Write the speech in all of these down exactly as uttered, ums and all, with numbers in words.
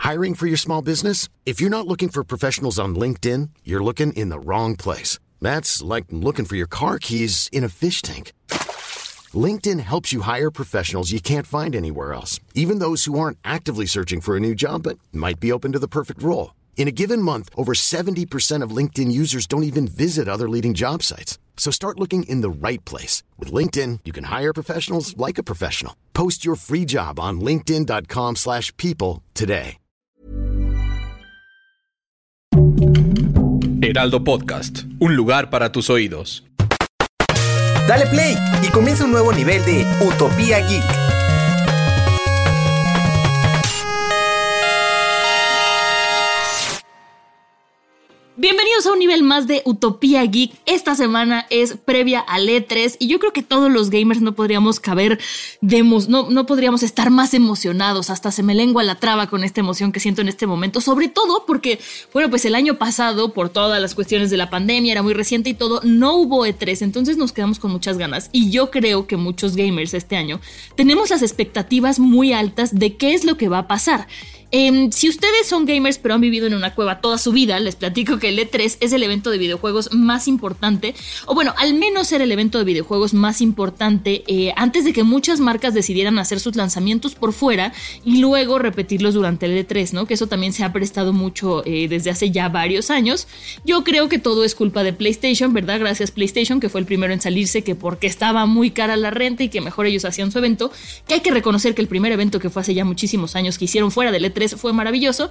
Hiring for your small business? If you're not looking for professionals on LinkedIn, you're looking in the wrong place. That's like looking for your car keys in a fish tank. LinkedIn helps you hire professionals you can't find anywhere else, even those who aren't actively searching for a new job but might be open to the perfect role. In a given month, over seventy percent of LinkedIn users don't even visit other leading job sites. So start looking in the right place. With LinkedIn, you can hire professionals like a professional. Post your free job on linkedin.com slash people today. Heraldo Podcast, un lugar para tus oídos. Dale play y comienza un nuevo nivel de Utopía Geek. Bienvenidos a un nivel más de Utopía Geek. Esta semana es previa al E tres y yo creo que todos los gamers no podríamos caber, de emo- no, no podríamos estar más emocionados. Hasta se me lengua la traba con esta emoción que siento en este momento. Sobre todo porque, bueno, pues el año pasado, por todas las cuestiones de la pandemia, era muy reciente y todo, no hubo E tres. Entonces nos quedamos con muchas ganas. Y yo creo que muchos gamers este año tenemos las expectativas muy altas de qué es lo que va a pasar. Eh, si ustedes son gamers pero han vivido en una cueva toda su vida, les platico que el E tres es el evento de videojuegos más importante, o bueno, al menos era el evento de videojuegos más importante eh, antes de que muchas marcas decidieran hacer sus lanzamientos por fuera y luego repetirlos durante el E tres, ¿no? Que eso también se ha prestado mucho eh, desde hace ya varios años. Yo creo que todo es culpa de PlayStation, ¿verdad? Gracias PlayStation, que fue el primero en salirse, que porque estaba muy cara la renta y que mejor ellos hacían su evento, que hay que reconocer que el primer evento que fue hace ya muchísimos años que hicieron fuera del E tres fue maravilloso,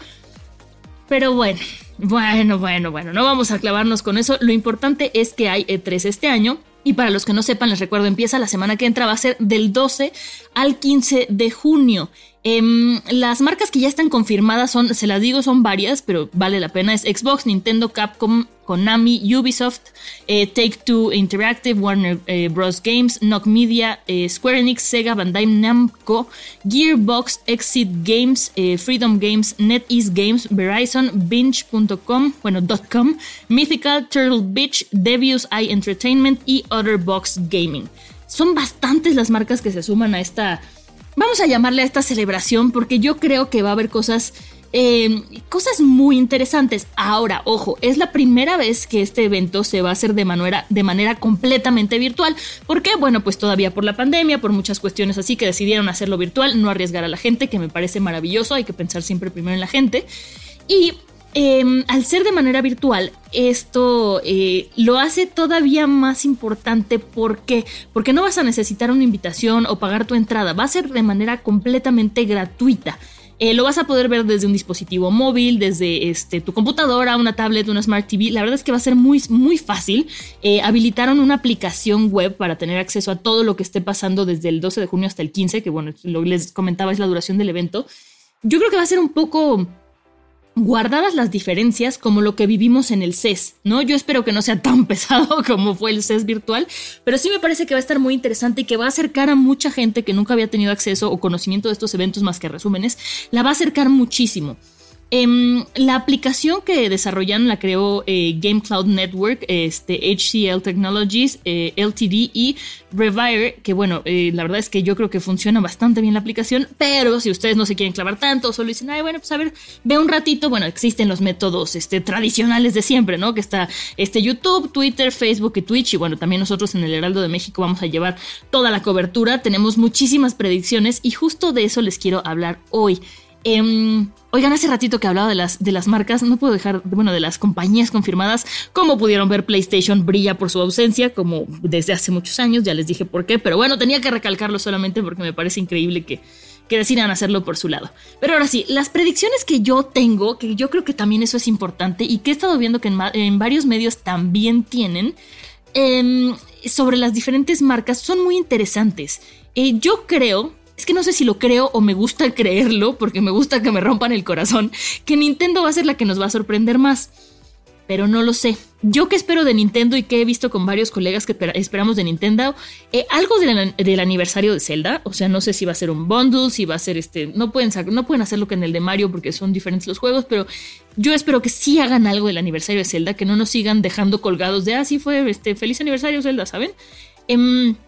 pero bueno, bueno, bueno, bueno, no vamos a clavarnos con eso. Lo importante es que hay E tres este año. Y para los que no sepan, les recuerdo, empieza la semana que entra, va a ser del doce al quince de junio. Eh, las marcas que ya están confirmadas son, se las digo, son varias, pero vale la pena. Es Xbox, Nintendo, Capcom, Konami, Ubisoft, eh, Take-Two Interactive, Warner eh, Bros. Games, Nock Media, eh, Square Enix, Sega, Bandai Namco, Gearbox, Exit Games, eh, Freedom Games, NetEase Games, Verizon, Binge punto com, bueno, .com, Mythical, Turtle Beach, Devious Eye Entertainment y Otherbox Gaming. Son bastantes las marcas que se suman a esta, vamos a llamarle a esta celebración, porque yo creo que va a haber cosas... Eh, cosas muy interesantes. Ahora, ojo, es la primera vez que este evento se va a hacer de manera, de manera completamente virtual. ¿Por qué? Bueno, pues todavía por la pandemia, por muchas cuestiones así que decidieron hacerlo virtual, no arriesgar a la gente, que me parece maravilloso, hay que pensar siempre primero en la gente. Y eh, al ser de manera virtual, esto eh, lo hace todavía más importante. ¿Por qué? Porque no vas a necesitar una invitación o pagar tu entrada, va a ser de manera completamente gratuita. Eh, lo vas a poder ver desde un dispositivo móvil, desde este, tu computadora, una tablet, una Smart T V. La verdad es que va a ser muy, muy fácil. Eh, habilitaron una aplicación web para tener acceso a todo lo que esté pasando desde el doce de junio hasta el quince, que bueno, lo que les comentaba es la duración del evento. Yo creo que va a ser un poco... guardadas las diferencias como lo que vivimos en el C E S, ¿no? Yo espero que no sea tan pesado como fue el C E S virtual, pero sí me parece que va a estar muy interesante y que va a acercar a mucha gente que nunca había tenido acceso o conocimiento de estos eventos más que resúmenes, la va a acercar muchísimo. Eh, la aplicación que desarrollan la creó eh, Game Cloud Network, este, H C L Technologies, eh, L T D y Revire, que bueno, eh, la verdad es que yo creo que funciona bastante bien la aplicación, pero si ustedes no se quieren clavar tanto, solo dicen, ay, bueno, pues a ver, ve un ratito, bueno, existen los métodos este, tradicionales de siempre, ¿no? Que está este, YouTube, Twitter, Facebook y Twitch, y bueno, también nosotros en el Heraldo de México vamos a llevar toda la cobertura, tenemos muchísimas predicciones y justo de eso les quiero hablar hoy. Eh, oigan, hace ratito que hablaba de las, de las marcas, no puedo dejar, bueno, de las compañías confirmadas. Como pudieron ver, PlayStation brilla por su ausencia, como desde hace muchos años, ya les dije por qué, pero bueno, tenía que recalcarlo solamente porque me parece increíble que, que decidan hacerlo por su lado. Pero ahora sí, las predicciones que yo tengo, que yo creo que también eso es importante y que he estado viendo que en, en varios medios también tienen, eh, sobre las diferentes marcas, son muy interesantes. Eh, yo creo... Es que no sé si lo creo o me gusta creerlo, porque me gusta que me rompan el corazón, que Nintendo va a ser la que nos va a sorprender más. Pero no lo sé. Yo que espero de Nintendo y que he visto con varios colegas que esperamos de Nintendo, eh, algo del, del aniversario de Zelda. O sea, no sé si va a ser un bundle, si va a ser este... No pueden, no pueden hacer lo que en el de Mario porque son diferentes los juegos, pero yo espero que sí hagan algo del aniversario de Zelda, que no nos sigan dejando colgados de, ah, sí fue este feliz aniversario Zelda, ¿saben? Eh,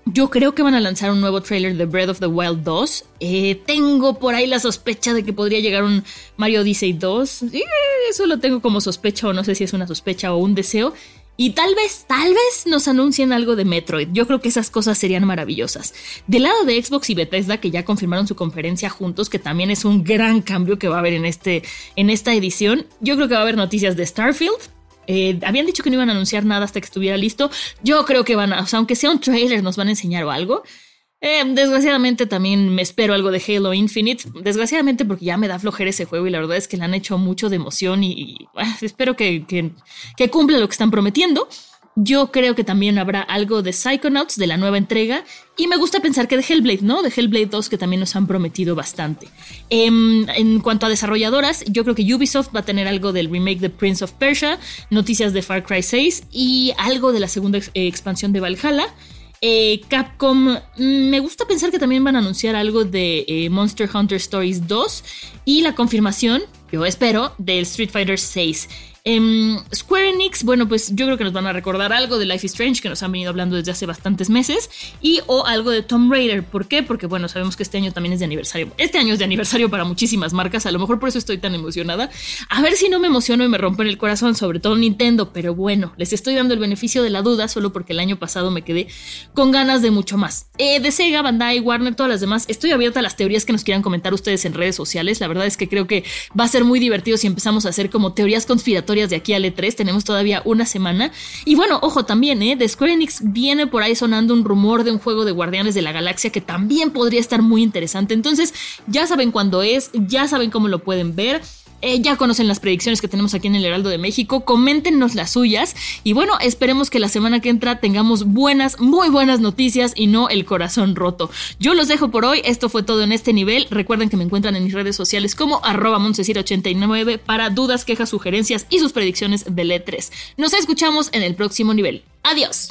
Yo creo que van a lanzar un nuevo trailer de Breath of the Wild dos. Eh, tengo por ahí la sospecha de que podría llegar un Mario Odyssey dos. Eh, eso lo tengo como sospecha, o no sé si es una sospecha o un deseo. Y tal vez, tal vez nos anuncien algo de Metroid. Yo creo que esas cosas serían maravillosas. Del lado de Xbox y Bethesda, que ya confirmaron su conferencia juntos, que también es un gran cambio que va a haber en, este, en esta edición. Yo creo que va a haber noticias de Starfield. Eh, habían dicho que no iban a anunciar nada hasta que estuviera listo. Yo creo que van a, o sea, aunque sea un trailer, nos van a enseñar o algo. Eh, desgraciadamente también me espero algo de Halo Infinite. Desgraciadamente porque ya me da flojera ese juego y la verdad es que le han hecho mucho de emoción y, y bueno, espero que, que, que cumpla lo que están prometiendo. Yo creo que también habrá algo de Psychonauts, de la nueva entrega. Y me gusta pensar que de Hellblade, ¿no? De Hellblade dos, que también nos han prometido bastante. Eh, en cuanto a desarrolladoras, yo creo que Ubisoft va a tener algo del remake de Prince of Persia, noticias de Far Cry seis y algo de la segunda ex- eh, expansión de Valhalla. Eh, Capcom, me gusta pensar que también van a anunciar algo de eh, Monster Hunter Stories dos y la confirmación, yo espero, del Street Fighter seis. Eh, Square Enix, bueno, pues yo creo que nos van a recordar algo de Life is Strange, que nos han venido hablando desde hace bastantes meses, y o algo de Tomb Raider. ¿Por qué? Porque bueno, sabemos que este año también es de aniversario. Este año es de aniversario para muchísimas marcas, a lo mejor por eso estoy tan emocionada. A ver si no me emociono y me rompen el corazón, sobre todo Nintendo, pero bueno, les estoy dando el beneficio de la duda solo porque el año pasado me quedé con ganas de mucho más. Eh, de Sega, Bandai, Warner, todas las demás, estoy abierta a las teorías que nos quieran comentar ustedes en redes sociales. La verdad es que creo que va a ser muy divertido si empezamos a hacer como teorías conspiratorias de aquí al E tres, tenemos todavía una semana. Y bueno, ojo también, ¿eh? De Square Enix viene por ahí sonando un rumor de un juego de Guardianes de la Galaxia que también podría estar muy interesante. Entonces, ya saben cuándo es, ya saben cómo lo pueden ver. Eh, ya conocen las predicciones que tenemos aquí en el Heraldo de México, coméntenos las suyas y bueno, esperemos que la semana que entra tengamos buenas, muy buenas noticias y no el corazón roto. Yo los dejo por hoy, esto fue todo en este nivel. Recuerden que me encuentran en mis redes sociales como arroba Montesir ochenta y nueve para dudas, quejas, sugerencias y sus predicciones del E tres. Nos escuchamos en el próximo nivel. Adiós.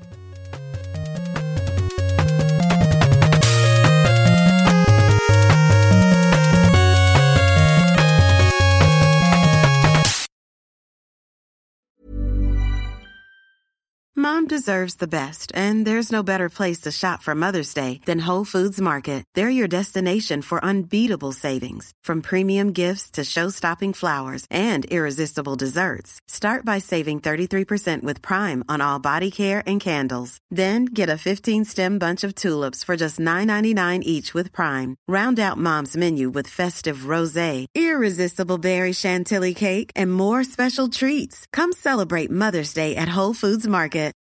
Mom deserves the best, and there's no better place to shop for Mother's Day than Whole Foods Market. They're your destination for unbeatable savings, from premium gifts to show-stopping flowers and irresistible desserts. Start by saving thirty-three percent with Prime on all body care and candles. Then get a fifteen-stem bunch of tulips for just nine ninety-nine each with Prime. Round out Mom's menu with festive rosé, irresistible berry chantilly cake, and more special treats. Come celebrate Mother's Day at Whole Foods Market.